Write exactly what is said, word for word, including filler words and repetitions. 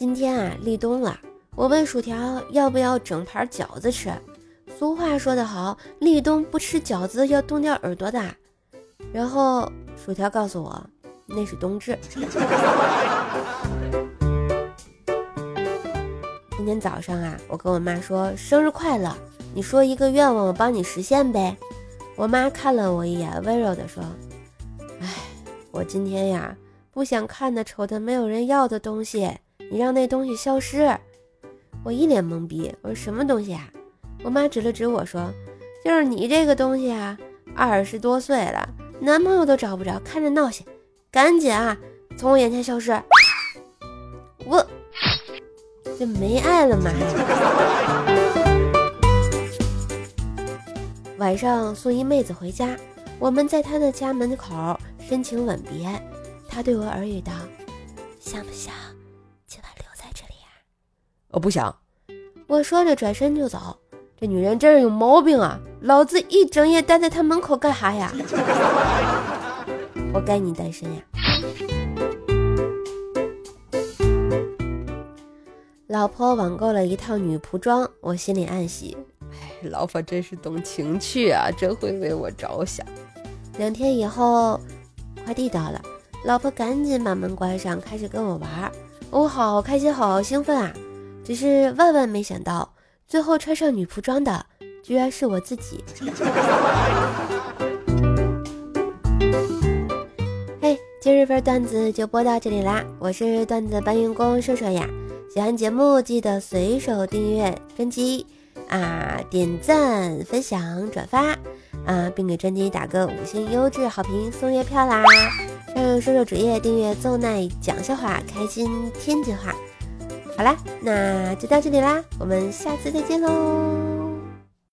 今天啊立冬了，我问薯条要不要整盘饺子吃。俗话说得好，立冬不吃饺子要冻掉耳朵的。然后薯条告诉我那是冬至。今天早上啊，我跟我妈说生日快乐，你说一个愿望我帮你实现呗。我妈看了我一眼，温柔地说，哎，我今天呀不想看的丑的没有人要的东西，你让那东西消失。我一脸懵逼，我说什么东西啊？我妈指了指我说，就是你这个东西啊，二十多岁了，男朋友都找不着，看着闹心，赶紧啊从我眼前消失。我这没爱了吗？晚上送一妹子回家，我们在她的家门口深情吻别，她对我耳语道，想不想今晚留在这里呀？我不想。我说着转身就走。这女人真是有毛病啊，老子一整夜待在她门口干啥呀？活该你单身呀。老婆网购了一套女仆装，我心里暗喜，哎，老婆真是懂情趣啊，真会为我着想。两天以后快递到了，老婆赶紧把门关上，开始跟我玩，我好开心好兴奋啊，只是万万没想到最后穿上女仆装的居然是我自己。嘿，今日份段子就播到这里啦，我是段子搬运工瘦瘦呀。喜欢节目记得随手订阅专辑啊，点赞分享转发啊，并给专辑打个五星优质好评送月票啦。上瘦瘦主页订阅奏奈讲笑话，开心天津话。好啦，那就到这里啦，我们下次再见喽。